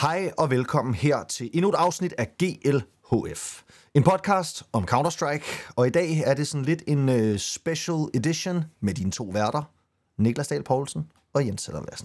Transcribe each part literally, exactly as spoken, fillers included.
Hej og velkommen her til endnu et afsnit af G L H F. En podcast om Counter-Strike, og i dag er det sådan lidt en uh, special edition med dine to værter, Niklas Dahl Poulsen og Jens Sætter Lassen.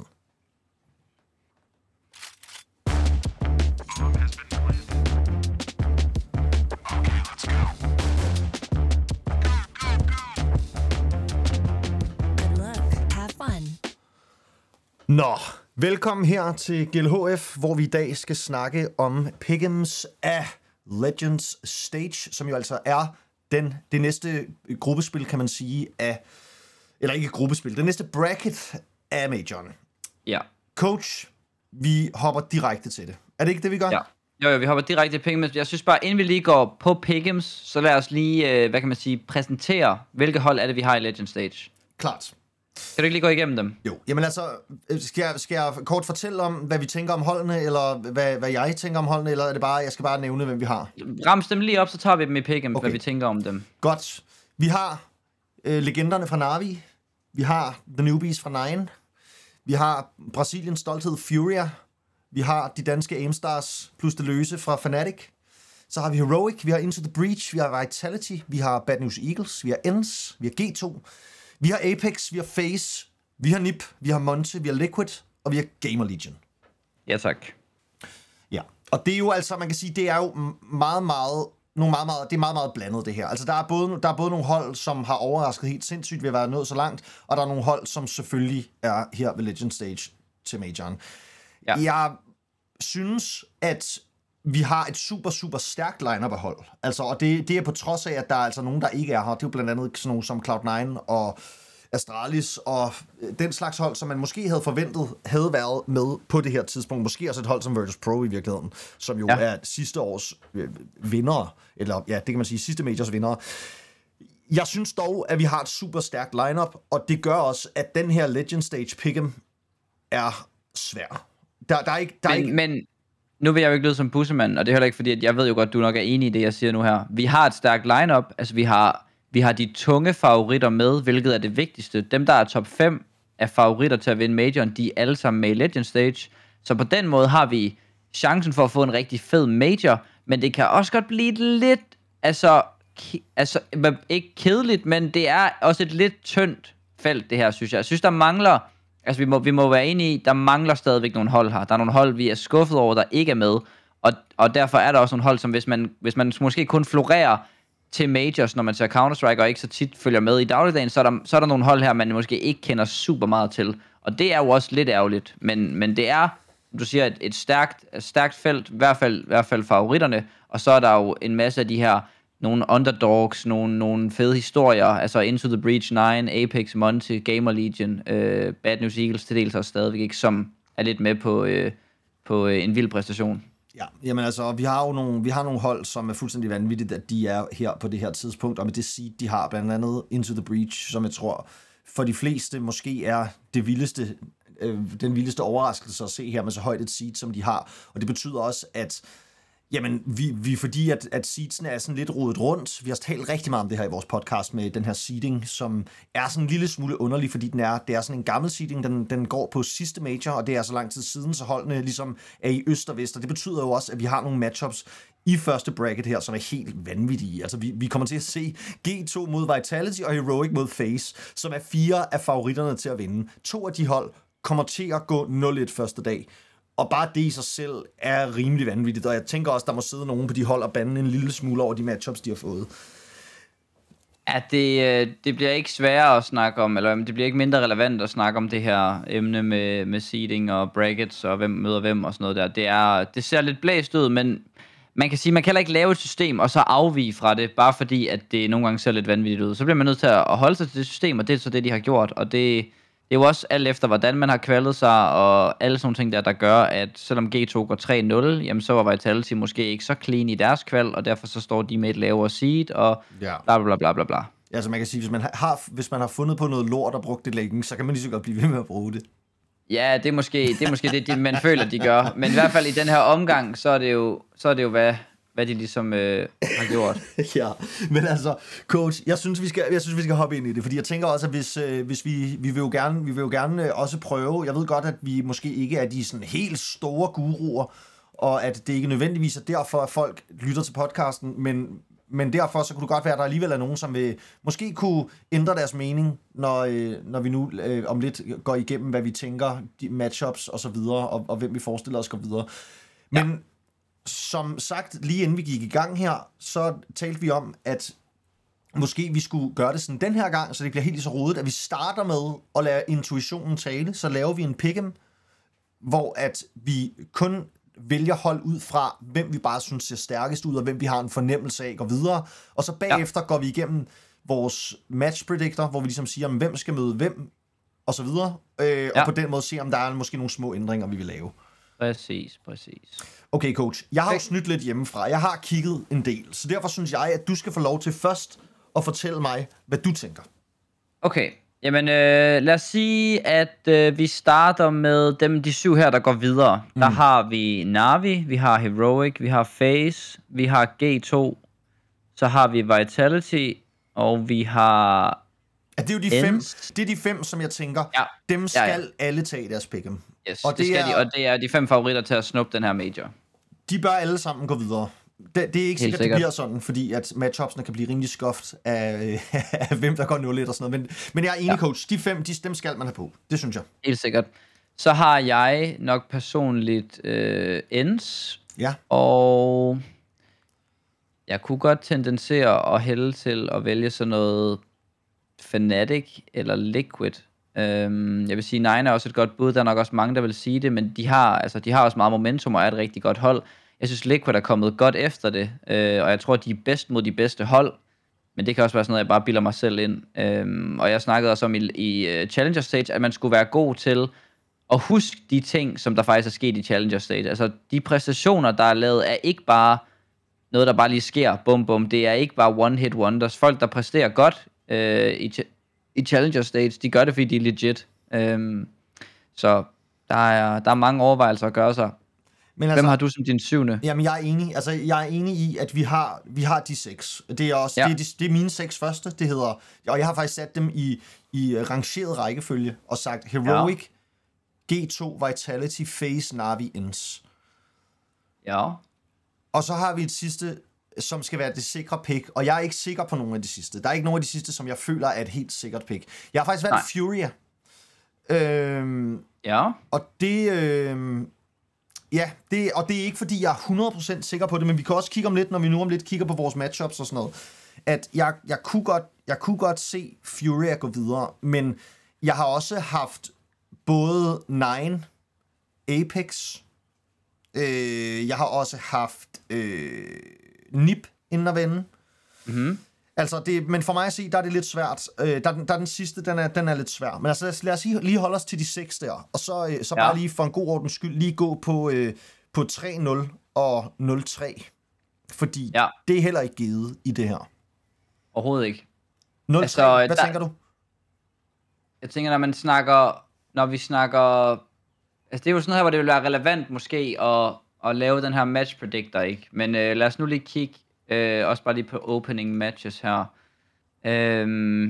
Nå, velkommen her til G L H F, hvor vi i dag skal snakke om pick'ems af Legends Stage, som jo altså er den, det næste gruppespil, kan man sige, af, eller ikke gruppespil, det næste bracket af majoren. Ja. Coach, vi hopper direkte til det. Er det ikke det, vi gør? Ja. Jo, jo, vi hopper direkte til pick'ems. Jeg synes bare, inden vi lige går på pick'ems, så lad os lige, hvad kan man sige, præsentere, hvilke hold er det, vi har i Legends Stage. Klart. Kan du ikke lige gå igennem dem? Jo, jamen altså, skal jeg, skal jeg kort fortælle om, hvad vi tænker om holdene, eller hvad, hvad jeg tænker om holdene, eller er det bare, jeg skal bare nævne, hvem vi har? Rams dem lige op, så tager vi dem i pick'ems, Okay. hvad vi tænker om dem. Godt. Vi har øh, legenderne fra Navi. Vi har The Newbies fra Nine. Vi har Brasiliens stolthed Furia. Vi har de danske Aimstars plus det løse fra Fnatic. Så har vi Heroic, vi har Into the Breach, vi har Vitality, vi har Bad News Eagles, vi har Ens, vi har G to. Vi har Apex, vi har FaZe, vi har N I P, vi har Monte, vi har Liquid, og vi har Gamer Legion. Ja, tak. Ja, og det er jo altså, man kan sige, det er jo meget, meget, nogle meget, meget, det er meget, meget blandet det her. Altså, der er, både, der er både nogle hold, som har overrasket helt sindssygt ved at være nået så langt, og der er nogle hold, som selvfølgelig er her ved Legend Stage til majoren. Ja. Jeg synes, at vi har et super, super stærkt line-up af hold. Altså, og det, det er på trods af, at der er altså nogen, der ikke er her. Det er jo blandt andet sådan nogle som Cloud nine og Astralis og den slags hold, som man måske havde forventet havde været med på det her tidspunkt. Måske også et hold som Virtus Pro i virkeligheden, som jo ja. er sidste års øh, vindere, eller ja, det kan man sige, sidste majors vindere. Jeg synes dog, at vi har et super stærkt line-up, og det gør også, at den her Legend Stage pick'em er svær. Der, der er ikke... Der men, er ikke men nu vil jeg jo ikke lyde som bussemand, og det er heller ikke fordi, at jeg ved jo godt, du nok er enig i det, jeg siger nu her. Vi har et stærkt lineup, altså vi har, vi har de tunge favoritter med, hvilket er det vigtigste. Dem, der er top fem af favoritter til at vinde majoren, de er alle sammen med i Legend Stage. Så på den måde har vi chancen for at få en rigtig fed major, men det kan også godt blive lidt, altså, ke- altså ikke kedeligt, men det er også et lidt tyndt felt, det her, synes jeg. Jeg synes, der mangler... Altså, vi må, vi må være enige i, der mangler stadigvæk nogle hold her. Der er nogle hold, vi er skuffet over, der ikke er med. Og, og derfor er der også nogle hold, som hvis man, hvis man måske kun florerer til majors, når man ser Counter-Strike, og ikke så tit følger med i dagligdagen, så er der, så er der nogle hold her, man måske ikke kender super meget til. Og det er jo også lidt ærgerligt. Men, men det er, som du siger, et, et stærkt, et stærkt felt, i hvert fald, i hvert fald favoritterne. Og så er der jo en masse af de her, nogle underdogs, nogle, nogle fede historier, altså Into the Breach nine, Apex, Monte, Gamer Legion, øh, Bad News Eagles til dels også stadigvæk ikke, som er lidt med på, øh, på øh, en vild præstation. Ja, jamen altså, vi har jo nogle, vi har nogle hold, som er fuldstændig vanvittigt, at de er her på det her tidspunkt, og med det seed, de har blandt andet Into the Breach, som jeg tror, for de fleste måske er det vildeste, øh, den vildeste overraskelse at se her med så højt et seed, som de har, og det betyder også, at Jamen, vi, vi fordi at, at seedsene er sådan lidt rodet rundt. Vi har talt rigtig meget om det her i vores podcast med den her seeding, som er sådan en lille smule underlig, fordi den er, det er sådan en gammel seeding, den, den går på sidste major, og det er så lang tid siden, så holdene ligesom er i øst og vest, og det betyder jo også, at vi har nogle matchups i første bracket her, som er helt vanvittige. Altså, vi, vi kommer til at se G to mod Vitality og Heroic mod FaZe, som er fire af favoritterne til at vinde. To af de hold kommer til at gå nul et første dag. Og bare det i sig selv er rimelig vanvittigt, og jeg tænker også, der må sidde nogen på de hold og bande en lille smule over de matchups, de har fået. Ja, det, det bliver ikke sværere at snakke om, eller det bliver ikke mindre relevant at snakke om det her emne med, med seeding og brackets og hvem møder hvem og sådan noget der. Det, er, det ser lidt blæst ud, men man kan sige, man kan heller ikke lave et system og så afvige fra det, bare fordi at det nogle gange ser lidt vanvittigt ud. Så bliver man nødt til at holde sig til det system, og det er så det, de har gjort, og det... Det er jo også alt efter, hvordan man har kvalet sig, og alle sådan nogle ting der, der gør, at selvom G to går tre nul, jamen så var Vitality måske ikke så clean i deres kval, og derfor så står de med et lavere seed, og ja. bla bla bla bla bla. Altså man kan sige, hvis man har, hvis man har fundet på noget lort og brugt det længe, så kan man lige så godt blive ved med at bruge det. Ja, det er måske det, er måske det de, man føler, de gør. Men i hvert fald i den her omgang, så er det jo, så er det jo hvad, hvad de ligesom øh, har gjort. Ja, men altså, coach, jeg synes, vi skal, jeg synes, vi skal hoppe ind i det, fordi jeg tænker også, at hvis, øh, hvis vi, vi vil jo gerne, vi vil jo gerne øh, også prøve, jeg ved godt, at vi måske ikke er de sådan helt store guruer, og at det ikke nødvendigvis er derfor, at folk lytter til podcasten, men, men derfor så kunne det godt være, at der alligevel er nogen, som vil måske kunne ændre deres mening, når, øh, når vi nu øh, om lidt går igennem, hvad vi tænker, de matchups og så videre, og, og hvem vi forestiller os går videre. Men ja. Som sagt, lige inden vi gik i gang her, så talte vi om, at måske vi skulle gøre det sådan den her gang, så det bliver helt lige så rodet, at vi starter med at lade intuitionen tale, så laver vi en pick'em, hvor at vi kun vælger hold ud fra, hvem vi bare synes ser stærkest ud, og hvem vi har en fornemmelse af går videre, og så bagefter ja. går vi igennem vores match predictor, hvor vi ligesom siger, om hvem skal møde hvem, og så videre, øh, ja. og på den måde se, om der er måske nogle små ændringer, vi vil lave. Præcis, præcis. Okay, coach. Jeg har jo snydt lidt hjemmefra. Jeg har kigget en del, så derfor synes jeg, at du skal få lov til først at fortælle mig, hvad du tænker. Okay. Jamen, øh, lad os sige, at øh, vi starter med dem, de syv her, der går videre. Mm. Der har vi Na'Vi, vi har Heroic, vi har FaZe, vi har G to, så har vi Vitality, og vi har... Ja, det er jo de fem, det er de fem, som jeg tænker, ja. dem skal ja, ja. alle tage deres pick'em. Yes, og det, det skal er, de, og det er de fem favoritter til at snuppe den her major. De bør alle sammen gå videre. Det, det er ikke sikkert, det bliver sådan, fordi at matchupsene kan blive rimelig skuffet af, af hvem der går nul et og sådan noget. Men, men jeg er enig, ja. coach. De fem, de, dem skal man have på. Det synes jeg. Helt sikkert. Så har jeg nok personligt øh, Ends. Ja. Og jeg kunne godt tendensere at hælde til at vælge sådan noget Fnatic eller Liquid. Øhm, jeg vil sige, Nine er også et godt bud. Der er nok også mange, der vil sige det, men de har, altså, de har også meget momentum og er et rigtig godt hold. Jeg synes, Liquid er kommet godt efter det, øh, og jeg tror, de er bedst mod de bedste hold. Men det kan også være sådan noget, jeg bare bilder mig selv ind. Øhm, og jeg snakkede også om i, i uh, Challenger Stage, at man skulle være god til at huske de ting, som der faktisk er sket i Challenger Stage. Altså, de præstationer, der er lavet, er ikke bare noget, der bare lige sker. Bum, bum. Det er ikke bare one-hit wonders. Folk, der præsterer godt øh, i i Challenger Stage, de gør det, fordi de er legit. Øhm, så der er, der er mange overvejelser at gøre sig. Men altså, hvem har du som din syvende? Jamen, jeg er enig. Altså, jeg er enig i, at vi har, vi har de seks. Det er også, ja. det, er de, det er mine seks første. Det hedder, og jeg har faktisk sat dem i, i rangeret rækkefølge og sagt Heroic, ja. G to, Vitality, FaZe, Na'Vi, Ends. Ja. Og så har vi et sidste, som skal være det sikre pick, og jeg er ikke sikker på nogen af de sidste. Der er ikke nogen af de sidste, som jeg føler er et helt sikkert pick. Jeg har faktisk valgt Furia. Øhm, ja. Og det, øhm, ja, det, og det er ikke, fordi jeg er hundrede procent sikker på det, men vi kan også kigge om lidt, når vi nu om lidt kigger på vores matchups og sådan noget, at jeg, jeg, kunne, godt, jeg kunne godt se Furia gå videre, men jeg har også haft både Nine, Apex, øh, jeg har også haft øh, N I P inden at vende. Mhm. Altså, det, men for mig at se, der er det lidt svært. Øh, der, der er den sidste, den er, den er lidt svær. Men altså, lad os, lad os lige holde os til de seks der. Og så, øh, så ja. bare lige for en god ordens skyld, lige gå på, øh, på tre nul og nul tre. Fordi ja. det er heller ikke givet i det her. Overhovedet ikke. nul tre, altså, hvad der, tænker du? Jeg tænker, når man snakker, når vi snakker, altså det er jo sådan her, hvor det vil være relevant måske at, at lave den her match predictor, ikke? Men øh, lad os nu lige kigge, øh, også bare lige på opening matches her. Øhm,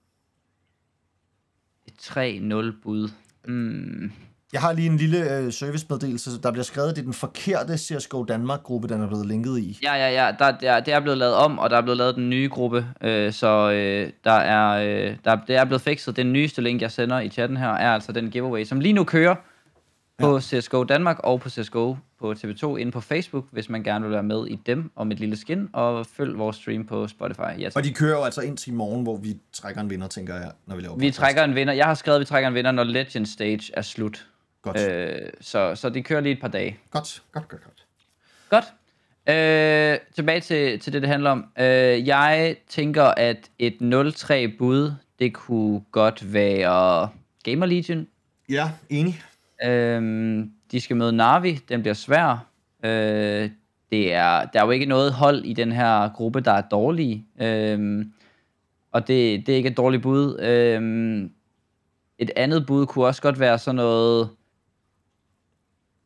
et tre nul bud. Hmm. Jeg har lige en lille øh, servicemeddelelse, der bliver skrevet, det er den forkerte C S G O Danmark-gruppe, den er blevet linket i. Ja, ja, ja, der, der, det er blevet lavet om, og der er blevet lavet den nye gruppe, øh, så øh, der er, øh, der, det er blevet fikset. Den nyeste link, jeg sender i chatten her, er altså den giveaway, som lige nu kører på ja. C S G O Danmark og på C S G O på T V to inde på Facebook, hvis man gerne vil være med i dem om et lille skin, og følg vores stream på Spotify. Ja, og de kører jo altså ind til i morgen, hvor vi trækker en vinder, tænker jeg, når vi laver Vi podcast. trækker en vinder. Jeg har skrevet, at vi trækker en vinder, når Legend Stage er slut. Godt. Øh, så, så de kører lige et par dage. Godt, godt, godt, godt. Godt. Øh, tilbage til, til det, det handler om. Øh, jeg tænker, at et nul tre bud, det kunne godt være Gamer Legion. Ja, enig. Øh, de skal møde Na'Vi, den bliver svær. Øh, det er, der er jo ikke noget hold i den her gruppe, der er dårlige. Øh, og det, det er ikke et dårligt bud. Øh, et andet bud kunne også godt være sådan noget...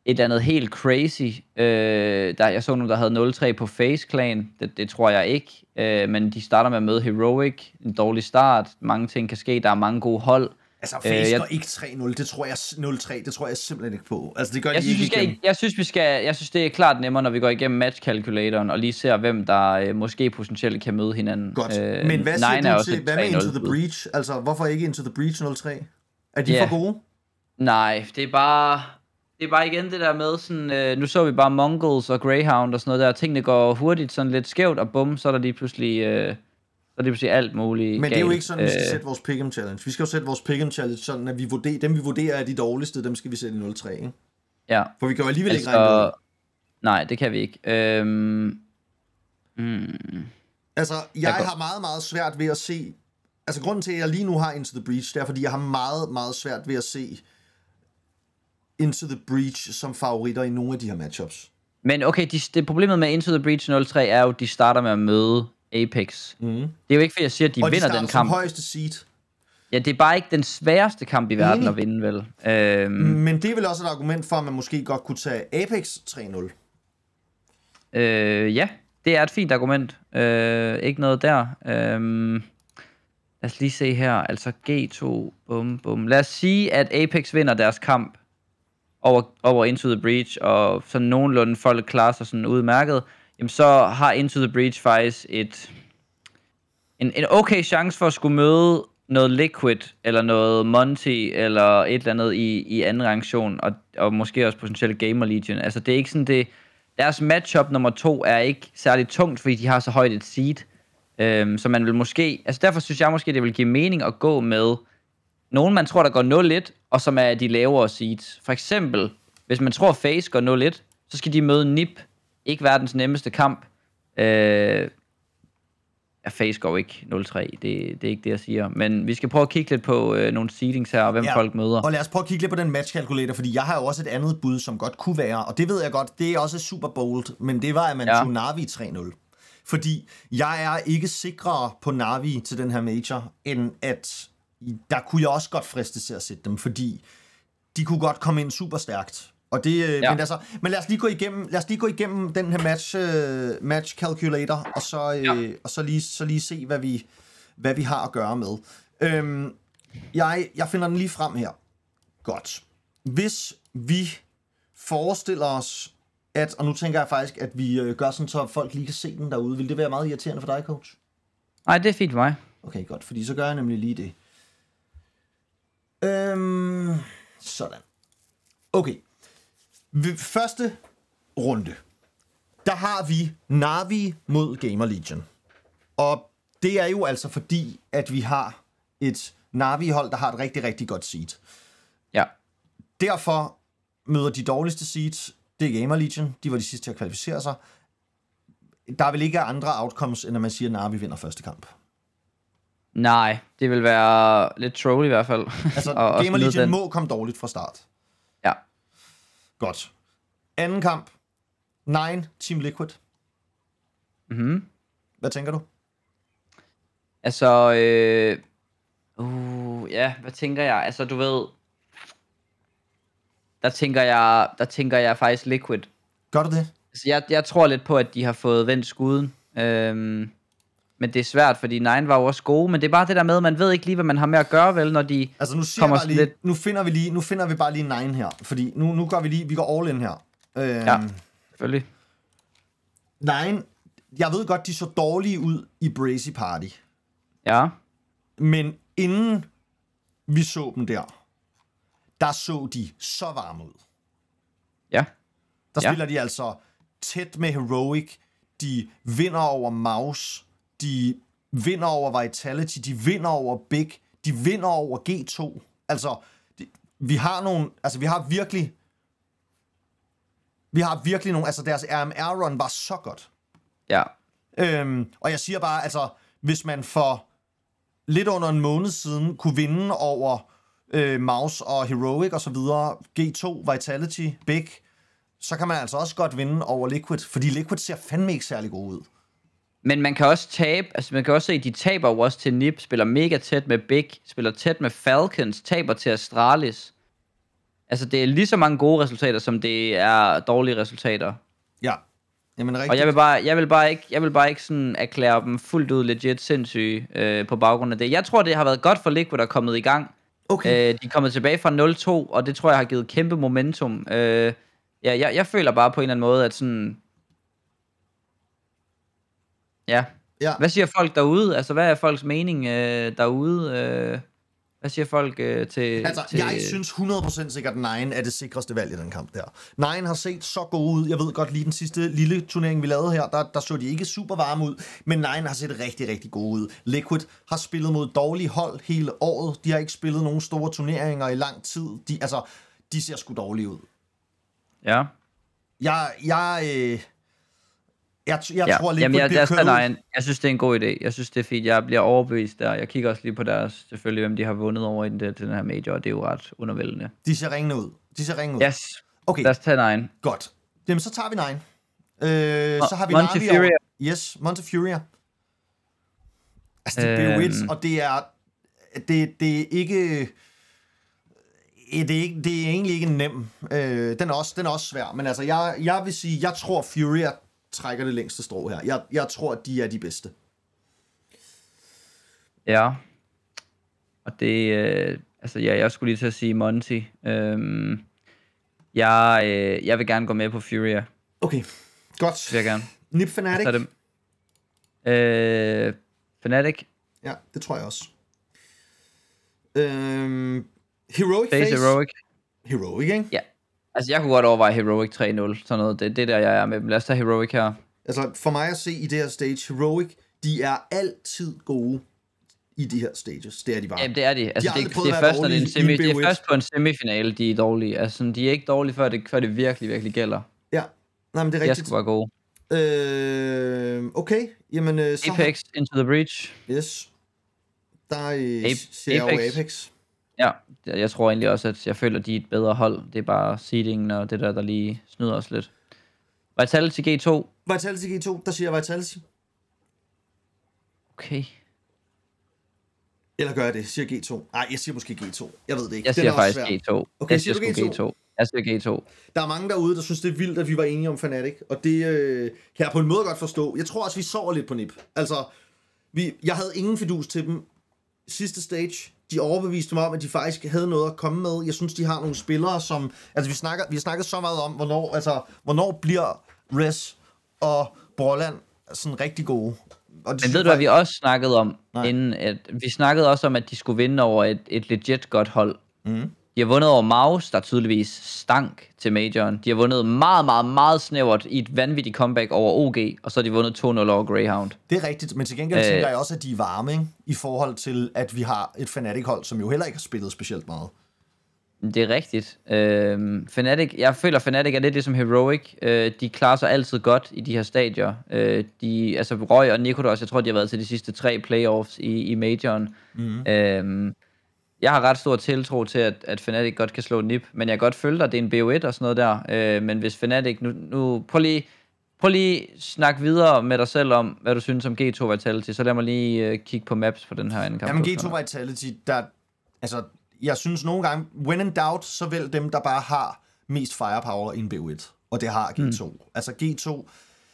et eller andet helt crazy. Øh, der, jeg så nogen, der havde nul tre på Face Clan. Det, det tror jeg ikke. Øh, men de starter med at møde Heroic. En dårlig start. Mange ting kan ske. Der er mange gode hold. Altså, Face øh, går ikke tre nul. Det tror jeg nul tre. Det tror jeg simpelthen ikke på. Altså, det gør jeg de synes, ikke vi skal, igen. Jeg synes, vi skal, jeg synes, det er klart nemmere, når vi går igennem match-calculatoren og lige ser, hvem der øh, måske potentielt kan møde hinanden. Godt. Øh, men hvad siger du til, hvad med Into the Breach? Altså, hvorfor ikke Into the Breach nul tre? Er de yeah. for gode? Nej, det er bare... Det er bare igen det der med sådan, øh, nu så vi bare Mongols og Greyhound og sådan noget der, tingene går hurtigt sådan lidt skævt, og bum, så er der lige pludselig, øh, så er der lige pludselig alt muligt. Men det er jo ikke sådan, vi skal sætte vores pick'em challenge. Vi skal jo sætte vores pick'em challenge sådan, at vi vurderer, dem vi vurderer er de dårligste, dem skal vi sætte i nul tre, ikke? Ja. For vi kan jo alligevel altså, ikke regne det. Nej, det kan vi ikke. Øhm, mm. Altså, jeg, jeg har meget, meget svært ved at se, altså grunden til, at jeg lige nu har Into the Breach, det er, fordi jeg har meget, meget svært ved at se Into the Breach som favoritter i nogle af de her matchups. Men okay, de, det problemet med Into the Breach nul tre er jo, at de starter med at møde Apex. Mm. Det er jo ikke, fordi jeg siger, at de og vinder de den kamp. Og de højeste seed. Ja, det er bare ikke den sværeste kamp i verden mm. at vinde, vel? Øhm. Men det er vel også et argument for, at man måske godt kunne tage Apex tre nul. Øh, ja, det er et fint argument. Øh, ikke noget der. Øh, lad os lige se her. Altså G to, bum, bum. Lad os sige, at Apex vinder deres kamp over, over Into the Breach, og sådan nogenlunde folk klarer sig sådan udmærket. Jamen så har Into the Breach faktisk et en, en okay chance for at skulle møde noget Liquid, eller noget Monty, eller et eller andet i, i anden reaktion, og, og måske også potentielt Gamer Legion. Altså det er ikke sådan det... Deres matchup nummer to er ikke særlig tungt, fordi de har så højt et seed. Øhm, så man vil måske... Altså derfor synes jeg måske, det vil give mening at gå med nogen, man tror, der går nul et, og som er de lavere seeds. For eksempel, hvis man tror, FaZe går nul et, så skal de møde N I P. Ikke verdens nemmeste kamp. Øh, ja, FaZe går ikke nul tre. Det, det er ikke det, jeg siger. Men vi skal prøve at kigge lidt på øh, nogle seedings her, og hvem ja, folk møder. Og lad os prøve at kigge lidt på den match-calculator, fordi jeg har jo også et andet bud, som godt kunne være, og det ved jeg godt, det er også super bold, men det var, at man ja. tog Na'Vi tre nul. Fordi jeg er ikke sikrere på Na'Vi til den her major, end at der kunne jeg også godt fristes til at sætte dem, fordi de kunne godt komme ind super stærkt. Og det, ja. men, altså, men lad os lige gå igennem, lad os lige gå igennem den her match, uh, match calculator, og så, ja. øh, og så lige, så lige se, hvad vi, hvad vi har at gøre med. Øhm, jeg, jeg finder den lige frem her. Godt. Hvis vi forestiller os, at, og nu tænker jeg faktisk, at vi øh, gør sådan, så folk lige kan se den derude. Vil det være meget irriterende for dig, coach? Nej, det er fint for mig. Okay, godt, fordi så gør jeg nemlig lige det. Øhm, sådan. Okay. Ved første runde, der har vi Na'Vi mod Gamer Legion. Og det er jo altså fordi, at vi har et Na'Vi-hold, der har et rigtig, rigtig godt seed. Ja. Derfor møder de dårligste seeds, det er Gamer Legion. De var de sidste til at kvalificere sig. Der er vel ikke andre outcomes, end at man siger, at Na'Vi vinder første kamp. Nej, det vil være lidt troll i hvert fald. Altså, Gamer Legion må komme dårligt fra start. Ja. Godt. Anden kamp. Nine, Team Liquid. Mhm. Hvad tænker du? Altså, øh... Uh, ja, hvad tænker jeg? Altså, du ved... Der tænker jeg, der tænker jeg faktisk Liquid. Gør du det? Altså, jeg, jeg tror lidt på, at de har fået vendt skuden. Øhm, men det er svært, fordi Nine var jo også gode, men det er bare det der med, at man ved ikke lige, hvad man har med at gøre, vel, når de altså, nu kommer lige, lidt... Nu finder vi lige, nu finder vi bare lige Nine her, fordi nu, nu går vi lige, vi går all in her. Øhm, ja, selvfølgelig. Nine, jeg ved godt, de så dårlige ud i Brazy Party. Ja. Men inden vi så dem der, der så de så varme ud. Ja. Der ja. spiller de altså tæt med Heroic, de vinder over Mouse, de vinder over Vitality, de vinder over Big, de vinder over G to. Altså, de, vi har nogle, altså vi har virkelig, vi har virkelig nogle, altså deres R M R-run var så godt. Ja. Øhm, og jeg siger bare, altså, hvis man for lidt under en måned siden kunne vinde over øh, Mouse og Heroic og så videre, G to, Vitality, Big, så kan man altså også godt vinde over Liquid, fordi Liquid ser fandme ikke særlig god ud. Men man kan også tabe, altså man kan også se, at de taber jo også til N I P, spiller mega tæt med Big, spiller tæt med Falcons, taber til Astralis. Altså, det er lige så mange gode resultater, som det er dårlige resultater. Ja, jamen rigtigt. Og jeg vil bare, jeg vil bare ikke, jeg vil bare ikke sådan erklære dem fuldt ud legit sindssyge øh, på baggrund af det. Jeg tror, det har været godt for Liquid at komme i gang. Okay. Øh, de er kommet tilbage fra nul to, og det tror jeg har givet kæmpe momentum. Øh, ja, jeg, jeg føler bare på en eller anden måde, at sådan... Ja. Ja. Hvad siger folk derude? Altså, hvad er folks mening øh, derude? Øh, hvad siger folk øh, til... Altså, til... jeg synes hundrede procent sikkert, at Nine er det sikreste valg i den kamp der. Nine har set så god ud. Jeg ved godt, lige den sidste lille turnering, vi lavede her, der, der så de ikke super varme ud, men Nine har set rigtig, rigtig god ud. Liquid har spillet mod dårlige hold hele året. De har ikke spillet nogen store turneringer i lang tid. De, altså, de ser sgu dårlige ud. Ja. Jeg... jeg øh Jeg, jeg ja. tror lidt Jamen, på jeg, det jeg, kød. jeg, jeg synes, det er en god idé. Jeg synes, det er fint. Jeg bliver overbevist der. Jeg kigger også lige på deres, selvfølgelig, hvem de har vundet over i den, den her major, og det er jo ret undervældende. De ser ringende ud. De ser ringende ud. Yes. Okay. Lad os tage Nine. Godt. Jamen, så tager vi Nine. Øh, Mo- så har vi Montefuria. Na'Vi over. Yes, Montefuria. Altså, det er Øhm. Beowits, og det er... Det, det er ikke... Det er, ikke, det er egentlig ikke nem. Øh, den, er også, den er også svær, men altså, jeg, jeg vil sige, jeg tror, Furia trækker det længste strå her. Jeg, jeg tror, at de er de bedste. Ja. Og det... Øh, altså, ja, jeg skulle lige til at sige Monty. Øhm, jeg, øh, jeg vil gerne gå med på Furia. Okay, godt. Det vil jeg gerne. Nip Fnatic? Så er det, øh, Fnatic. Ja, det tror jeg også. Øhm, Heroic Face Face? Heroic. Heroic, ikke? Ja. Altså, jeg kunne godt overveje Heroic tre nul. Sådan noget. Det, det der, jeg er med dem. Lad os tage Heroic her. Altså, for mig at se i det her stage, Heroic, de er altid gode i de her stages. Det er de bare. Jamen, det er de. Altså, har det, aldrig prøvet det, er at være først, når det er en dårlige semi, i det er B O et. først på en semifinale, de er dårlige. Altså, sådan, de er ikke dårlige, før det, før det virkelig, virkelig gælder. Ja, nej, men det er Jeg rigtigt. skulle være gode. Øh, okay, jamen... Øh, så Apex, Into the Breach. Har, yes. Der er Ape- ser jeg jo Apex. Apex. Ja, jeg tror egentlig også, at jeg føler, at de er et bedre hold. Det er bare seedingen og det der, der lige snyder os lidt. Vitality G to. Vitality G to, der siger jeg Vitality. Okay. Eller gør jeg det? Siger G to? Nej, jeg siger måske G to. Jeg ved det ikke. Jeg Den siger er også faktisk svær. G to. Okay, jeg siger siger du sgu G to? G to. Jeg siger G to. Der er mange derude, der synes, det er vildt, at vi var enige om Fnatic, og det øh, kan jeg på en måde godt forstå. Jeg tror også, vi sover lidt på nip. Altså, vi, jeg havde ingen fidus til dem sidste stage. De overbeviste mig om, at de faktisk havde noget at komme med. Jeg synes, de har nogle spillere, som... Altså, vi snakker, vi har snakket så meget om, hvornår, altså, hvornår bliver Res og Borland sådan rigtig gode. Og Men ved du, hvad vi også snakkede om, Nej. inden at, vi snakkede også om, at de skulle vinde over et, et legit godt hold. Mm. De har vundet over Maus, der tydeligvis stank til majoren. De har vundet meget, meget, meget snævert i et vanvittigt comeback over O G, og så har de vundet to nul over Greyhound. Det er rigtigt, men til gengæld Øh. tænker jeg også, at de er varme, ikke? I forhold til, at vi har et Fnatic-hold, som jo heller ikke har spillet specielt meget. Det er rigtigt. Øhm, Fnatic, jeg føler, Fnatic er lidt ligesom Heroic. Øh, de klarer sig altid godt i de her stadier. Øh, de, altså Roy og Nikodos, jeg tror, de har været til de sidste tre playoffs i, i majoren. Mm. Øhm, jeg har ret stor tiltro til, at, at Fnatic godt kan slå nip, men jeg kan godt følge dig, det er en B O et og sådan noget der. Øh, men hvis Fnatic, nu, nu prøv lige, prøv lige snak videre med dig selv om, hvad du synes om G to Vitality, så lad mig lige øh, kigge på maps på den her anden kamp. Jamen G to Vitality, der, altså, jeg synes nogle gange, when in doubt, så vælg dem, der bare har mest firepower i en B O et. Og det har G to. Mm. Altså G to,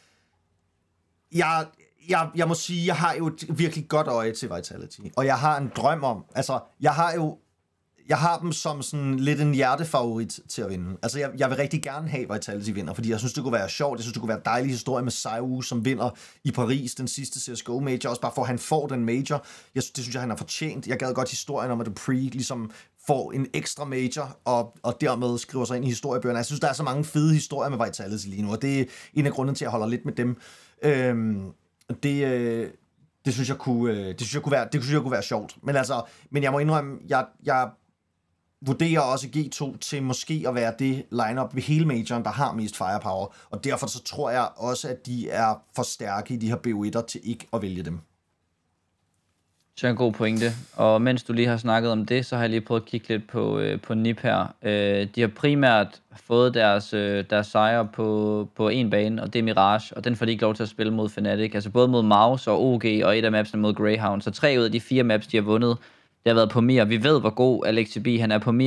jeg, jeg, jeg må sige, jeg har jo et virkelig godt øje til Vitality. Og jeg har en drøm om, altså, jeg har jo, jeg har dem som sådan lidt en hjertefavorit til at vinde. Altså, jeg, jeg vil rigtig gerne have Vitality vinder, fordi jeg synes, det kunne være sjovt. Jeg synes, det kunne være en dejlig historie med Saiwu, som vinder i Paris den sidste C S G O major, også bare for, at han får den major. Jeg, det synes jeg, han har fortjent. Jeg gad godt historien om, at Dupree ligesom får en ekstra major, og, og dermed skriver sig ind i historiebøgerne. Jeg synes, der er så mange fede historier med Vitality lige nu, og det er en af grunden til, at jeg holder lidt med dem. Øhm, det... Øh, det synes jeg kunne, det synes jeg kunne være, det synes jeg kunne være sjovt. Men altså, men jeg må indrømme, jeg, jeg vurderer også G to til måske at være det lineup ved hele majoren, der har mest firepower, og derfor så tror jeg også, at de er for stærke i de her B O et'er til ikke at vælge dem. Så er en god pointe. Og mens du lige har snakket om det, så har jeg lige prøvet at kigge lidt på, øh, på nip her. Øh, de har primært fået deres, øh, deres sejre på, på en bane, og det er Mirage, og den får de ikke lov til at spille mod Fnatic. Altså både mod Maus og O G, og et af mapsene mod Greyhound. Så tre ud af de fire maps, de har vundet, det har været på Mir. Vi ved, hvor god Alexi B han er på Mir.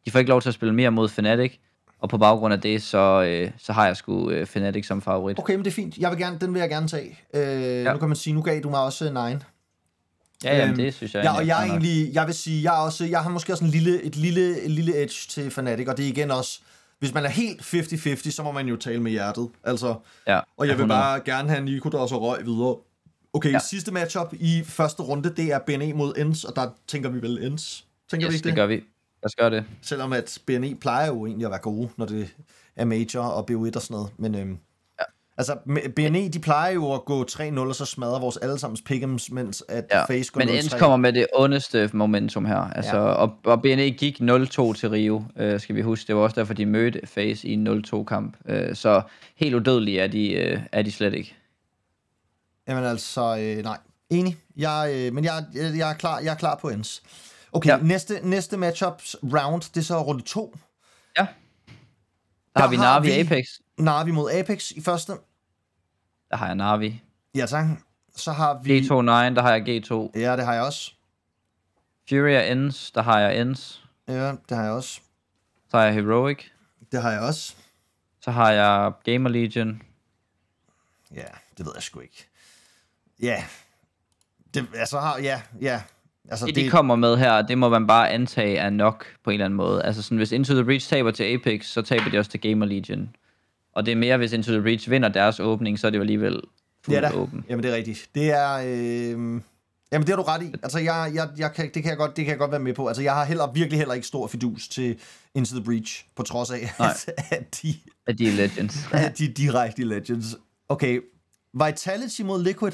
de får ikke lov til at spille mere mod Fnatic, og på baggrund af det, så, øh, så har jeg sgu øh, Fnatic som favorit. Okay, men det er fint. Jeg vil gerne, den vil jeg gerne tage. Øh, ja. Nu kan man sige, nu gav du mig også nine. Ja, jamen, det synes jeg. Ja, og jeg er egentlig, jeg vil sige, jeg er også, jeg har måske også en lille, et lille, et lille edge til Fnatic, og det er igen også, hvis man er helt halvtreds halvtreds, så må man jo tale med hjertet. Altså, ja, og jeg vil bare gerne have Nico, der også røg videre. Okay, ja. Sidste matchup i første runde, det er B N E mod Ens, og der tænker vi vel Ens. Tænker yes, vi ikke det? det gør vi. Lad os gøre det. Selvom at B N E plejer jo egentlig at være gode, når det er Major og B O et og sådan noget. Men øhm, ja. altså, B N E, de plejer jo at gå tre nul, og så smadrer vores allesammens pick'ems, mens at ja. Face går men nul tre. Ens kommer med det ondeste momentum her. Altså, ja. og, og B N E gik nul to til Rio, øh, skal vi huske. Det var også derfor, de mødte Face i en nul to kamp. Øh, så helt udødelige er de, øh, er de slet ikke. Jamen altså, øh, nej. Enig. Jeg, øh, men jeg, jeg, jeg, er klar, jeg er klar på Ens. Okay, ja. næste, næste matchups round, det er så runde to. Ja. Der, der har vi Na'Vi vi Apex. Na'Vi mod Apex i første. Der har jeg Na'Vi. Ja, tak. Så har vi... G to nine, der har jeg G to. Ja, det har jeg også. Furia Ens, der har jeg Ens. Ja, det har jeg også. Så har jeg Heroic. Det har jeg også. Så har jeg Gamer Legion. Ja, det ved jeg sgu ikke. Ja. Det, altså har... Ja, ja. Altså, det, det, de kommer med her, det må man bare antage er nok på en eller anden måde. Altså sådan, hvis Into the Breach taber til Apex, så taber de også til Gamer Legion. Og det er mere, hvis Into the Breach vinder deres åbning, så er det jo alligevel fuldt ja, åben. Jamen, det er rigtigt. Det er... Øh... Jamen, det har du ret i. Altså, jeg, jeg, jeg kan, det, kan jeg godt, det kan jeg godt være med på. Altså, jeg har heller, virkelig heller ikke stor fidus til Into the Breach, på trods af, at, at de... At de er legends. At de er direkte legends. Okay. Vitality mod Liquid?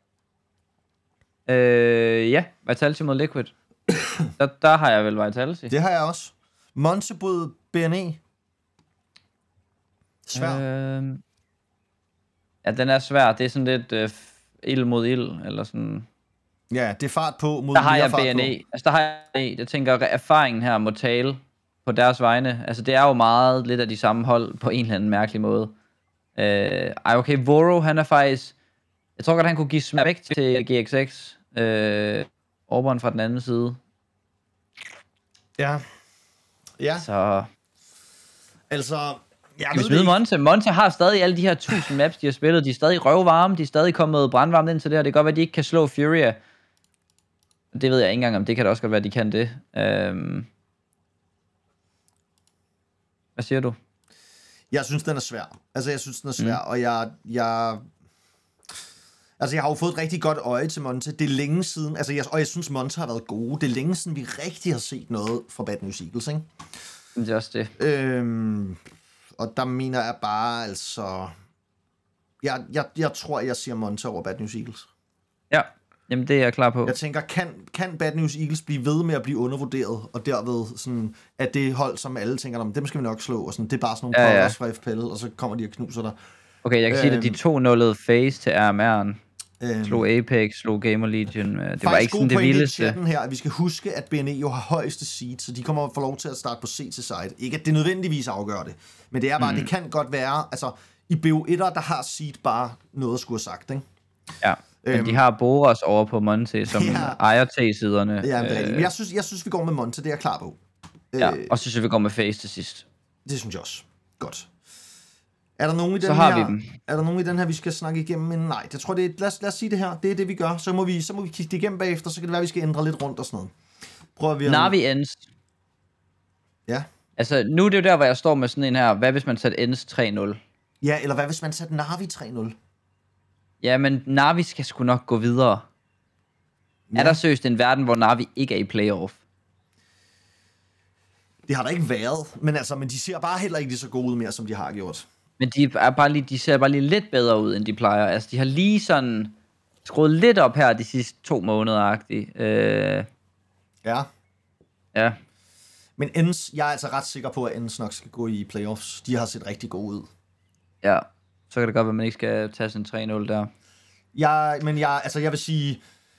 Øh, ja, Vitality mod Liquid. der, der har jeg vel Vitality. Det har jeg også. Monte mod B N E? Svær. Øh, ja, den er svær. Det er sådan lidt øh, ild mod ild, eller sådan... Ja, det er fart på mod der har jeg fart B N E. Altså, der har jeg B N E. Jeg tænker, at erfaringen her må tale på deres vegne. Altså, det er jo meget lidt af de samme hold på en eller anden mærkelig måde. Øh, ej, okay, Voro, han er faktisk... Jeg tror godt, han kunne give smack til G X X. Øh, Auburn fra den anden side. Ja. Ja. Så... Altså... Jeg skal vi smide Monte? Monte har stadig alle de her tusind maps, de har spillet. De er stadig røvvarme. De er stadig kommet brandvarmt ind til det her. Det kan godt være, at de ikke kan slå Furia. Det ved jeg ikke engang om. Det kan da også godt være, at de kan det. Øhm... Hvad siger du? Jeg synes, den er svær. Altså, jeg synes, den er svær. Mm. Og jeg... jeg... Altså, jeg har jo fået et rigtig godt øje til Monte. Det er længe siden... Altså, jeg, og jeg synes, Monte har været gode. Det er længe siden, vi rigtig har set noget fra Bad News Eagles, ikke? Det er også det. Øhm... Og der mener jeg bare, altså... Jeg, jeg, jeg tror, jeg siger Monte over Bad News Eagles. Ja, jamen det er jeg klar på. Jeg tænker, kan, kan Bad News Eagles blive ved med at blive undervurderet, og derved sådan, at det hold, som alle tænker, om dem skal vi nok slå, og sådan, det er bare sådan nogle ja, ja. fra F P L, og så kommer de og knuser der. Okay, jeg kan øhm, sige, at de to nullede Face til R M R'en. Øhm, slog Apex, slog Gamer Legion. Det var ikke sådan det vildeste. Faktisk her, at vi skal huske, at B N E jo har højeste seed, så de kommer at få lov til at starte på C til side. Ikke at det nødvendigvis afgør det, men det er bare, mm. det kan godt være, altså i B O et'er, der har seed bare noget at skulle have sagt, ikke? Ja, men øhm, de har Boras over på Monte, som ja. ejer T-siderne. Ja, det er rigtigt. Men jeg synes, jeg synes, vi går med Monte, det er jeg klar på. Ja, øh, og så synes jeg, vi går med Face til sidst. Det synes jeg også. Godt. Er der nogen i den så har her, vi dem. Er der nogen i den her, vi skal snakke igennem? Men nej, jeg tror, det er, lad, os, lad os sige det her. Det er det, vi gør. Så må vi, så må vi kigge det igennem bagefter, så kan det være, vi skal ændre lidt rundt og sådan noget. Prøver vi at... Na'Vi Ens. Ja. Altså, nu er det jo der, hvor jeg står med sådan en her. Hvad hvis man satte Ens tre nul? Ja, eller hvad hvis man satte Na'Vi tre nul? Ja, men Na'Vi skal sgu nok gå videre. Ja. Er der seriøst en verden, hvor Na'Vi ikke er i playoff? Det har der ikke været. Men altså, men de ser bare heller ikke lige så gode ud mere, som de har gjort. Men de, er bare lige, de ser bare lige lidt bedre ud, end de plejer. Altså, de har lige sådan skruet lidt op her de sidste to måneder-agtigt. Øh... Ja. Ja. Men Ens, jeg er altså ret sikker på, at Ens nok skal gå i playoffs. De har set rigtig gode ud. Ja, så kan det godt være, at man ikke skal tage sådan en tre nul der. Jeg, men jeg, altså, jeg vil sige...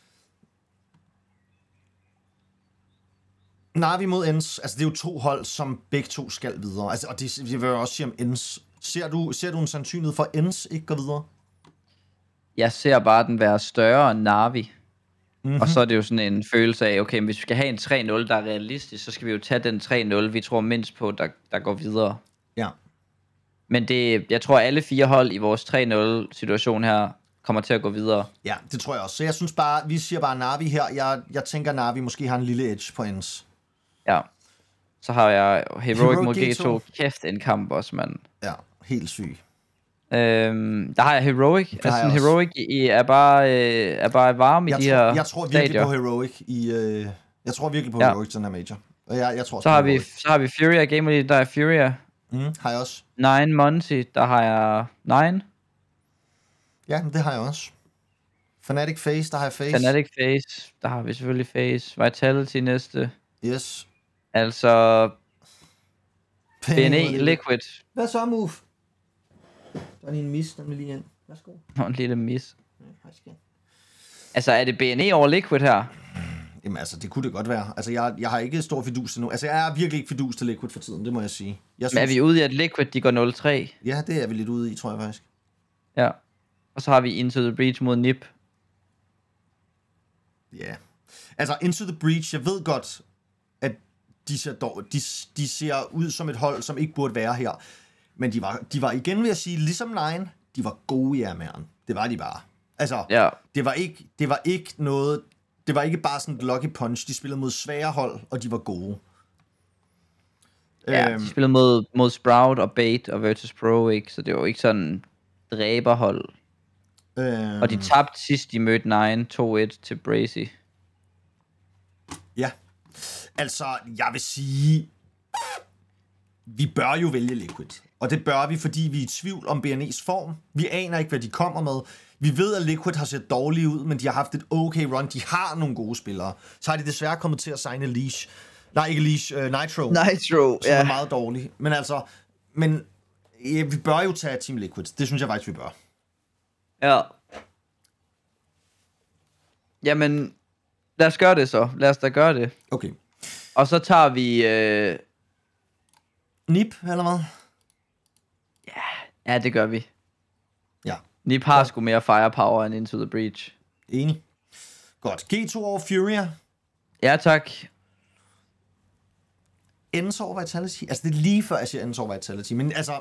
Na'Vi mod Ens, altså det er jo to hold, som begge to skal videre. Altså, og det, jeg vil også sige om Ens. Ser du, ser du en sandsynlighed for, at Ens ikke går videre? Jeg ser bare den være større end Na'Vi. Mm-hmm. Og så er det jo sådan en følelse af, okay, hvis vi skal have en tre nul, der er realistisk, så skal vi jo tage den tre nul, vi tror mindst på, der, der går videre. Ja. Men det, jeg tror, alle fire hold i vores tre nul situation her kommer til at gå videre. Ja, det tror jeg også. Så jeg synes bare, vi siger bare Na'Vi her. Jeg, jeg tænker, Na'Vi måske har en lille edge på ends. Ja. Så har jeg Heroic, Heroic mod G to. G to. Kæft, en kamp også, mand. Ja, helt syg. Øhm, der har jeg Heroic. Det altså, har jeg Heroic i, er, bare, øh, er bare varme jeg i de tror, her Jeg tror virkelig stadier. på Heroic i... Øh, jeg tror virkelig på ja. Heroic til den her major. Og jeg, jeg tror så, har vi, så har vi Furia. Gamer League, der er Furia. Mm, har jeg også. Nine Monty, der har jeg Nine. Ja, det har jeg også. Fnatic Face, der har jeg Face. Fnatic Face, der har vi selvfølgelig Face. Vitality næste. Yes. Altså... B N E, Liquid. Hvad så, Move? Der er lige en miss, den vil lige ind. Værsgo. Nå, en lille miss. Ja, altså, er det B N E over Liquid her? Jamen altså, det kunne det godt være. Altså, jeg, jeg har ikke stor fidus til nu. Altså, jeg er virkelig ikke fidus til Liquid for tiden, det må jeg sige. Jeg synes... Men er vi ude i, at Liquid, de går nul tre? Ja, det er vi lidt ude i, tror jeg faktisk. Ja. Og så har vi Into the Breach mod N I P. Ja. Altså, Into the Breach, jeg ved godt, at de ser, dog, de, de ser ud som et hold, som ikke burde være her. Men de var, de var igen, vil jeg sige, ligesom Nine, de var gode i ærmæren. Det var de bare. Altså, ja. det, var ikke, det var ikke noget... Det var ikke bare sådan et lucky punch. De spillede mod svære hold, og de var gode. Ja, øhm. de spillede mod, mod Sprout og Bait og Virtus Pro, ikke? Så det var ikke sådan dræberhold. Øhm. Og de tabte sidst, de mødte Nine to et til Brazy. Ja. Altså, jeg vil sige... Vi bør jo vælge Liquid. Og det bør vi, fordi vi er i tvivl om B N E's form. Vi aner ikke, hvad de kommer med. Vi ved, at Liquid har set dårligt ud, men de har haft et okay run. De har nogle gode spillere. Så har de desværre kommet til at signe Leash. Nej, ikke Leash, uh, Nitro. Nitro, som ja. er meget dårlig. Men altså, men ja, vi bør jo tage Team Liquid. Det synes jeg faktisk, vi bør. Ja. Jamen, lad os gøre det så. Lad os da gøre det. Okay. Og så tager vi... Øh... N I P, eller hvad? Ja, ja, det gør vi. Ja. N I P har sgu mere firepower end Into the Breach. Enig. Godt. G to over Furia. Ja, tak. Ends over Vitality. Altså, det er lige før, jeg siger Ends over Vitality. Men altså...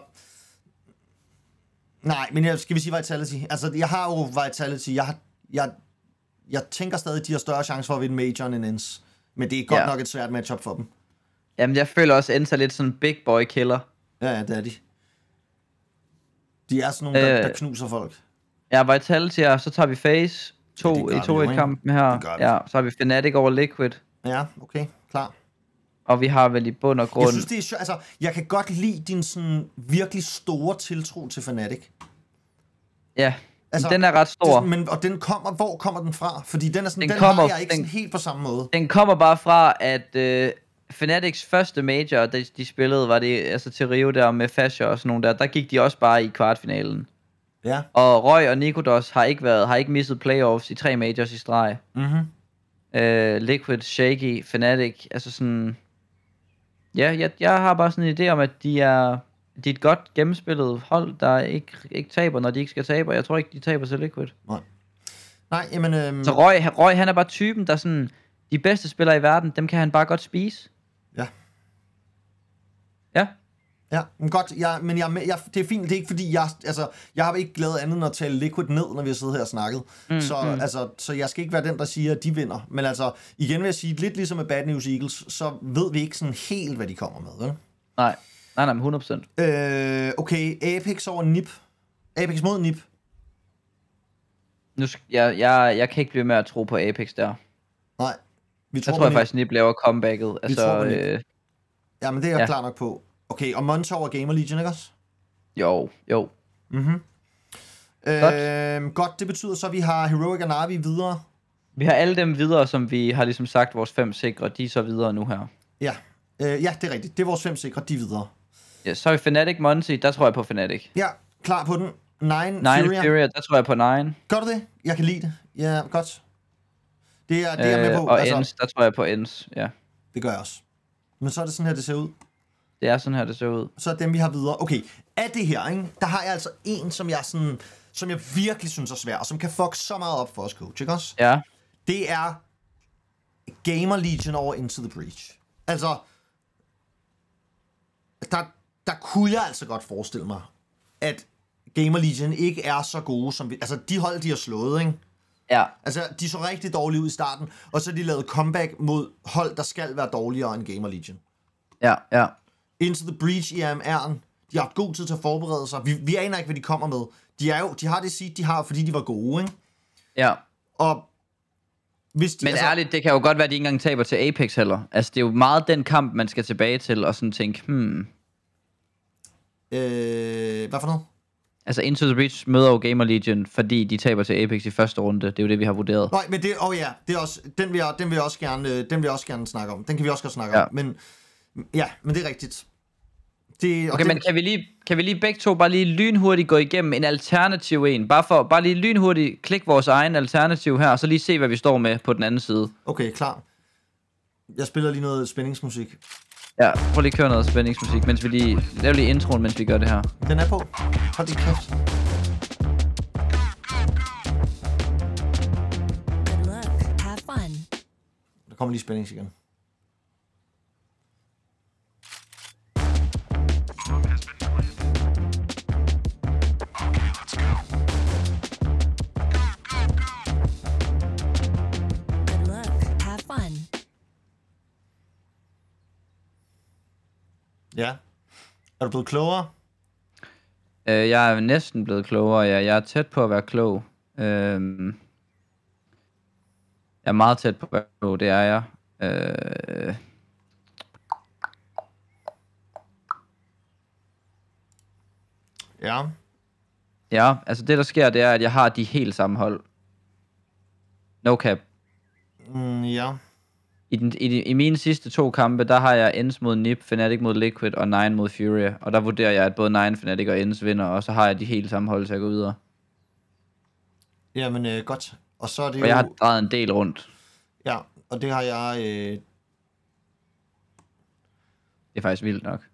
Nej, men jeg, skal vi sige Vitality? Altså, jeg har jo Vitality. Jeg, har, jeg, jeg tænker stadig, at de har større chance for at vinde Majoren end Ends. Men det er godt ja. nok et svært matchup for dem. Jamen, jeg føler også, at Ends er lidt sådan en big boy killer. Ja, ja, det er de. De er sådan nogle, der, øh, der knuser folk. Ja, Vitality, og så tager vi Face. To, ja, i to et kampen her. Ja, så har vi Fnatic over Liquid. Ja, okay, klar. Og vi har vel i bund og grund... Jeg synes, det er sjovt. Altså, jeg kan godt lide din sådan virkelig store tiltro til Fnatic. Ja, altså, den er ret stor. Det, men, og den kommer, hvor kommer den fra? Fordi den er sådan, den, den kommer, har jeg ikke den, sådan helt på samme måde. Den kommer bare fra, at øh, Fnatics første major, de, de spillede, var det altså til Rio der med Fasher og sådan nogle der, der gik de også bare i kvartfinalen. Ja. Og Roy og Nikodos har ikke været, har ikke misset playoffs i tre majors i streg. Mhm. Øh, Liquid, Shaky, Fnatic, altså sådan... Ja, jeg, jeg har bare sådan en idé om, at de er, de er et godt gennemspillet hold, der ikke, ikke taber, når de ikke skal tabe. Jeg tror ikke, de taber til Liquid. Nej. Nej, jamen... Øhm... Så Roy, Roy, han er bare typen, der sådan... De bedste spillere i verden, dem kan han bare godt spise. Ja. Ja. Ja, men godt, jeg, men jeg, jeg, det er fint, det er ikke fordi, jeg, altså, jeg har ikke glædet andet end at tale Liquid ned, når vi har siddet her og snakket. Mm, så, mm. Altså, så jeg skal ikke være den, der siger, at de vinder. Men altså, igen vil jeg sige, lidt ligesom med Bad News Eagles, så ved vi ikke sådan helt, hvad de kommer med, vel? Nej, nej, nej, men hundrede procent. Øh, okay, Apex over N I P. Apex mod N I P. Nu, jeg, jeg, jeg kan ikke blive med at tro på Apex der. Nej. Vi tror jeg tror jeg faktisk, N I P laver comebacket. Altså, tror på øh, ja, men det er jeg ja. klar nok på. Okay, og Monta over Gamer Legion, ikke også? Jo, jo. Mhm. Godt. Øh, godt, det betyder så, at vi har Heroic og Na'Vi videre. Vi har alle dem videre, som vi har ligesom sagt, vores fem sikre, de er så videre nu her. Ja, øh, ja det er rigtigt. Det er vores fem sikre, de er videre. Ja, så har vi Fnatic Monty, der tror jeg på Fnatic. Ja, klar på den. Nine, Nine Furia. Furia, der tror jeg på Nine. Gør du det? Jeg kan lide det. Ja, godt. Det er, det er øh, med på. Og altså, Ends, der tror jeg på Ends, ja. Det gør jeg også. Men så er det sådan her, det ser ud. Det er sådan her, det ser ud. Så er dem, vi har videre. Okay, af det her, ikke, der har jeg altså en, som jeg, sådan, som jeg virkelig synes er svær, og som kan fuck så meget op for os, coach, ikke også? Ja. det er Gamer Legion over Into the Breach. Altså, der, der kunne jeg altså godt forestille mig, at Gamer Legion ikke er så gode, som vi... Altså, de hold, de har slået, ikke? Ja. Altså, de så rigtig dårlige ud i starten, og så er de lavet comeback mod hold, der skal være dårligere end Gamer Legion. Ja, ja. Into the Breach i A M R'en, de har haft god tid til at forberede sig. Vi, vi aner ikke, hvad de kommer med. De, er jo, de har det seed, de har, fordi de var gode, ikke? Ja. Og hvis de, Men altså, ærligt, det kan jo godt være, at de ikke engang taber til Apex heller. Altså, det er jo meget den kamp, man skal tilbage til, og sådan tænke, hmm... Øh, hvad for noget? Altså, Into the Breach møder jo Gamer Legion, fordi de taber til Apex i første runde. Det er jo det, vi har vurderet. Nej, men det, oh ja, det er også, den vil jeg, den vil jeg også gerne, den vil jeg også gerne snakke om. Den kan vi også godt snakke ja. om. Men ja, men det er rigtigt. Det, okay, det, men kan vi, lige, kan vi lige begge to bare lige lynhurtigt gå igennem en alternativ en? Bare for bare lige lynhurtigt klik vores egen alternativ her, og så lige se, hvad vi står med på den anden side. Okay, klar. Jeg spiller lige noget spændingsmusik. Ja, prøv lige at køre noget spændingsmusik, mens vi lige laver lige introen, mens vi gør det her. Den er på. Hold din kæft. Good luck. Have fun. Der kommer lige spændings igen. Good luck. Have fun. Ja. Er du blevet klogere? Øh, jeg er næsten blevet klogere, ja. Jeg er tæt på at være klog. Øh, jeg er meget tæt på at være klog, det er jeg. Øh, Ja. ja, altså det der sker, det er, at jeg har de helt samme hold. No cap. Mm, ja. I, den, i, de, I mine sidste to kampe, der har jeg Ends mod Nip, Fnatic mod Liquid og Nine mod Furia. Og der vurderer jeg, at både Nine, Fnatic og Ends vinder, og så har jeg de helt samme hold til at gå videre. Jamen, øh, godt. Og så er det og jo... jeg har drejet en del rundt. Ja, og det har jeg... Øh... Det er faktisk vildt nok.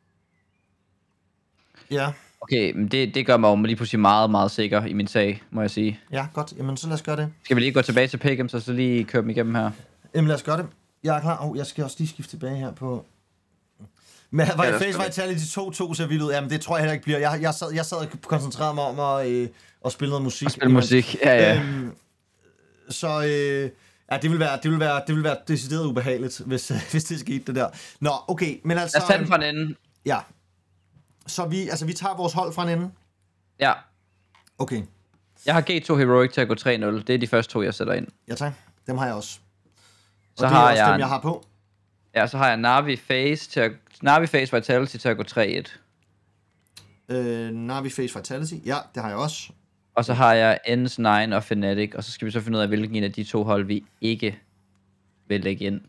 Ja. Okay, men det, det gør mig jo lige pludselig meget, meget sikker i min sag, må jeg sige. Ja, godt. Jamen, så lad os gøre det. Skal vi lige gå tilbage til Pick'em, så så lige køre dem igennem her? Jamen, lad os gøre det. Jeg er klar. Oh, jeg skal også lige skifte tilbage her på... Men var Ja, i Face Vitality to to så vildt ud? Jamen, det tror jeg heller ikke bliver. Jeg, jeg, sad, jeg sad og koncentrerede mig om at, øh, at spille noget musik. At spille musik, ja, ja. Øhm, så øh, ja, det vil være, det vil være, det vil være decideret ubehageligt, hvis, hvis det skete, det der. Nå, okay, men altså... Lad os tage den fra en ende. Ja. Så vi, altså, vi tager vores hold fra en ende? Ja. Okay. Jeg har G to Heroic til at gå tre nul. Det er de første to, jeg sætter ind. Ja, tak. Dem har jeg også. Og så det har er også jeg... dem, jeg har på. Ja, så har jeg Navi Face til at... Navi Face Vitality til at gå tre et. Øh, Navi Face Vitality. Ja, det har jeg også. Og så har jeg Ends, Nine og Fnatic. Og så skal vi så finde ud af, hvilken en af de to hold, vi ikke vil lægge ind.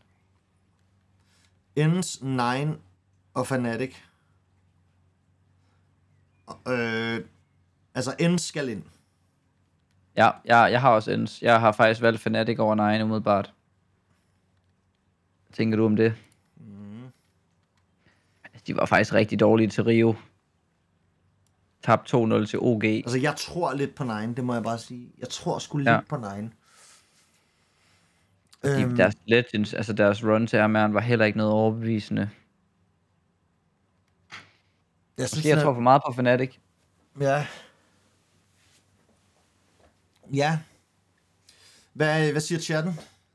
Ends, Nine og Fnatic. Øh, altså, Ends skal ind. Ja, jeg, jeg har også Ends. Jeg har faktisk valgt Fnatic over Nine umiddelbart. Hvad tænker du om det? Mm. De var faktisk rigtig dårlige til Rio. Tabt to nul til O G. Altså, jeg tror lidt på Nine, det må jeg bare sige. Jeg tror sgu lidt ja. på Nine. De, øhm. Deres Legends, altså deres run til A M R'en var heller ikke noget overbevisende. Jeg synes, Måske jeg tror for meget på Fnatic. Ja. Ja. Hvad, hvad siger chatten?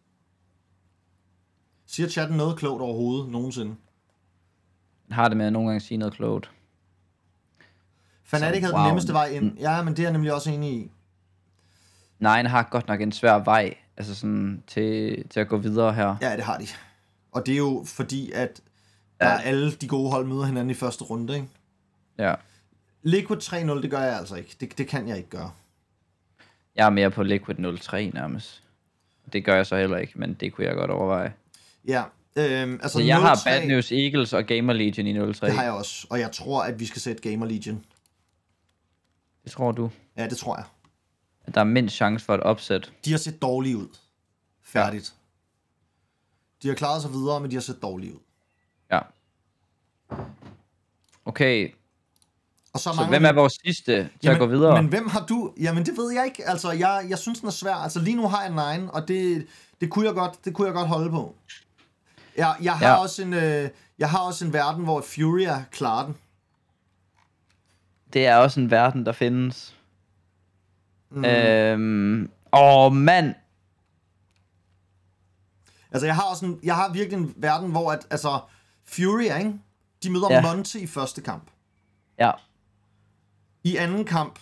Siger chatten noget klogt overhovedet nogensinde? Har det med at nogle gange sige noget klogt. Fnatic havde wow. den nemmeste vej ind. Ja, men det er jeg nemlig også enig i. Nine har godt nok en svær vej, altså sådan til, til at gå videre her. Ja, det har de. Og det er jo fordi, at der ja. alle de gode hold møder hinanden i første runde, ikke? Ja. Liquid tre nul, det gør jeg altså ikke. Det, det kan jeg ikke gøre. Jeg er mere på Liquid nul tre nærmest. Det gør jeg så heller ikke, men det kunne jeg godt overveje. Ja, øhm, altså så jeg har Bad News Eagles og Gamer Legion i nul tre. Det har jeg også, og jeg tror, at vi skal sætte Gamer Legion. Det tror du? Ja, det tror jeg. At der er mindst chance for et opsæt. De har set dårlige ud. Færdigt. Ja. De har klaret sig videre, men de har set dårlige ud. Ja. Okay. Og så, Så hvem er vores sidste til jamen, at gå videre? Men hvem har du? Jamen, det ved jeg ikke. Altså, jeg, jeg synes, den er svær. Altså, lige nu har jeg Nine, og det, det, kunne, jeg godt, det kunne jeg godt holde på. Jeg, jeg, har, Ja. også en, øh, jeg har også en verden, hvor Furia klarer den. Det er også en verden, der findes. Mm. Øhm, åh, mand. Altså, jeg har også en, jeg har virkelig en verden, hvor at, altså, Furia, ikke? De møder Ja. Monty i første kamp. Ja. I anden kamp,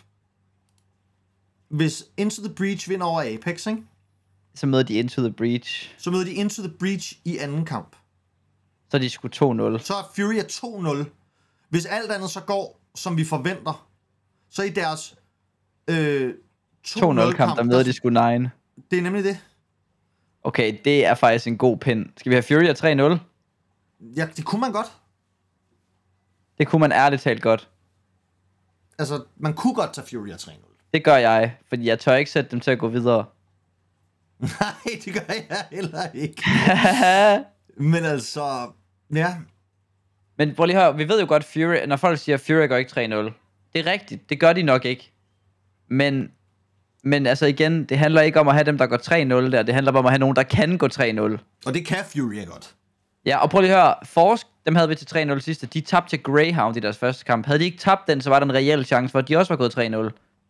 hvis Into the Breach vinder over Apex, ikke? Så møder de Into the Breach. Så møder de Into the Breach i anden kamp. Så er de sgu to nul. Så er Furia to nul. Hvis alt andet så går, som vi forventer, så i deres øh, to nul kamp, der møder de sgu nine. Det er nemlig det. Okay, det er faktisk en god pind. Skal vi have Furia tre nul? Ja, det kunne man godt. Det kunne man ærligt talt godt. Altså, man kunne godt tage Furia tre nul. Det gør jeg, fordi jeg tør ikke sætte dem til at gå videre. Nej, det gør jeg heller ikke. Men altså, ja. Men prøv lige at høre, vi ved jo godt, Fury, når folk siger, Fury går ikke tre nul. Det er rigtigt, det gør de nok ikke. Men, men altså igen, det handler ikke om at have dem, der går tre nul der. Det handler om at have nogen, der kan gå tre nul. Og det kan Furia godt. Ja, og prøv lige at høre, Forsk, dem havde vi til tre nul sidste. De tabte til Greyhound i deres første kamp. Havde de ikke tabt den, så var der en reel chance for, at de også var gået tre nul.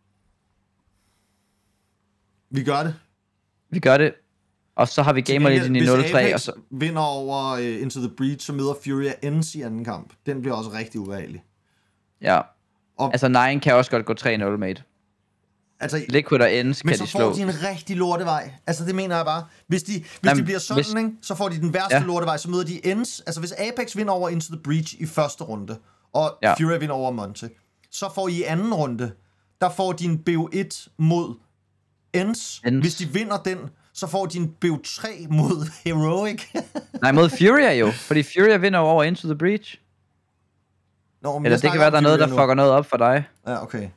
Vi gør det. Vi gør det. Og så har vi Gamer Legion i nul tre. Hvis Og så... vinder over uh, Into the Breach, så møder Furia Ends i anden kamp. Den bliver også rigtig ubehagelig. Ja. Og- Altså nine kan også godt gå tre nul, mate. Altså, Liquid og Ends men kan så de får slå. de en rigtig lortevej. Altså, det mener jeg bare. Hvis de, hvis Jamen, de bliver sådan, hvis- ikke, så får de den værste Ja. lortevej. Så møder de Ends. Altså, hvis Apex vinder over Into the Breach i første runde, og Ja. Furia vinder over Monte, så får I i anden runde, der får de en B O et mod Ends. Ends. Hvis de vinder den, så får de en B O tre mod Heroic. Nej, mod Furia jo. Fordi Furia vinder jo over Into the Breach. Nå, men Eller jeg det kan snakker være, om der er noget, der Furia nu. fucker noget op for dig. Ja, okay.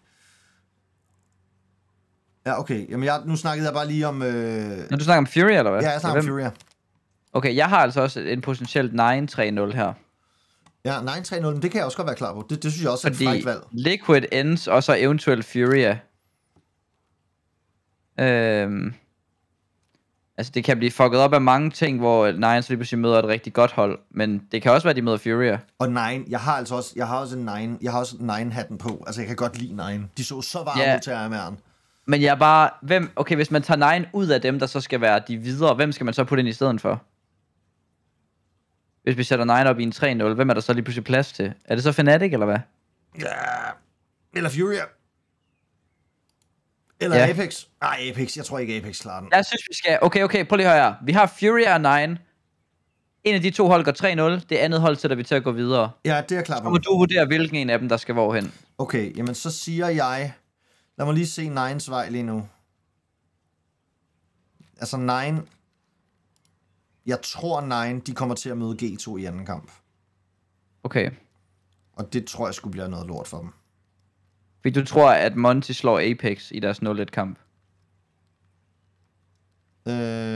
Ja, okay. Jamen, jeg, nu snakkede jeg bare lige om... Øh... Når du snakker om Furia, eller hvad? Ja, jeg snakker om Hvem? Furia. Okay, jeg har altså også en potentielt nine tre nul her. Ja, nine tre nul, men det kan jeg også godt være klar på. Det, det synes jeg også er et Fordi frækt valg. Liquid Ends, og så eventuelt Furia. Øhm, altså, det kan blive fucket op af mange ting, hvor Nine så lige pludselig møder et rigtig godt hold. Men det kan også være, at de møder Furia. Og Nine, jeg har altså også, jeg har også en Nine, jeg har også Nine-hatten på. Altså, jeg kan godt lide Nine. De så så varme Ja. ud til Ærmæren. Men jeg er bare... Hvem, okay, hvis man tager Nine ud af dem, der så skal være de videre, hvem skal man så putte ind i stedet for? Hvis vi sætter Nine op i en tre nul, hvem er der så lige pludselig plads til? Er det så Fnatic, eller hvad? Ja. Eller Furia. Eller Ja. ja. Apex. Nej, Apex. Jeg tror ikke, Apex klarer den. Jeg synes, vi skal... Okay, okay, prøv lige at høre her. Vi har Furia og Nine. En af de to hold går tre nul. Det andet hold sætter vi til at gå videre. Ja, det er jeg klar Så på. må du vurdere, hvilken en af dem, der skal hvorhen. Okay, jamen så siger jeg... Lad mig lige se Nines vej lige nu. Altså Nine... Jeg tror Nine, de kommer til at møde G to i anden kamp. Okay. Og det tror jeg skulle blive noget lort for dem. Fordi du tror, at Monty slår Apex i deres nul et kamp. Øh...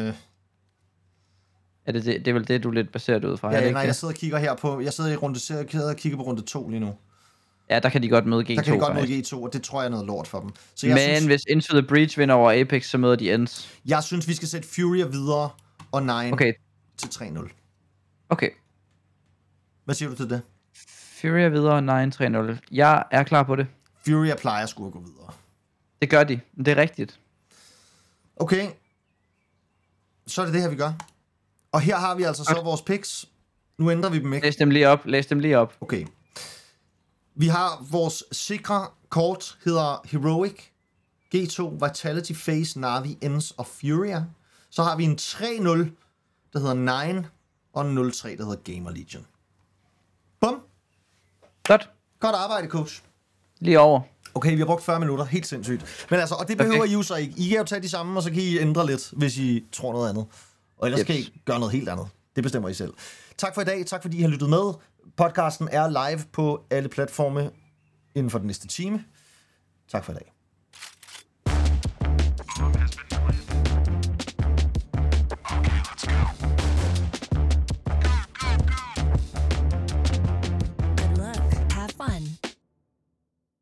Er det, det, det er vel det, du er lidt baseret ud fra? er Ja, det det, ikke nej, det? jeg sidder og kigger her på... Jeg sidder i runde, jeg sidder og kigger på runde to lige nu. Ja, der kan de godt møde G to. Der kan de godt møde faktisk. G to, og det tror jeg er noget lort for dem. Så jeg, Men synes, hvis Into the Breach vinder over Apex, så møder de Ends. jeg synes, vi skal sætte Furia videre og Nine Okay, til tre nul. okay. Hvad siger du til det? Furia videre, Nine tre nul. Jeg er klar på det. Furia plejer sgu at gå videre. Det gør de. Det er rigtigt. Okay. Så er det det her, vi gør. Og her har vi altså så Godt. vores picks. Nu ændrer vi dem ikke. Læs dem lige op. Læs dem lige op. Okay. Vi har vores sikre kort, hedder Heroic, G to, Vitality, FaZe, Na'Vi, Ends og Furia. Så har vi en tre nul, der hedder Nine, og en nul tre, der hedder Gamer Legion. Bum. Godt. Godt arbejde, coach. Lige over. Okay, vi har brugt fyrre minutter. Helt sindssygt. Men altså, og det behøver Okay. I jo så ikke. I kan jo tage de samme, og så kan I ændre lidt, hvis I tror noget andet. Og ellers Yes. kan I gøre noget helt andet. Det bestemmer I selv. Tak for i dag. Tak fordi I har lyttet med. Podcasten er live på alle platforme inden for den næste time. Tak for i dag. Bomb has been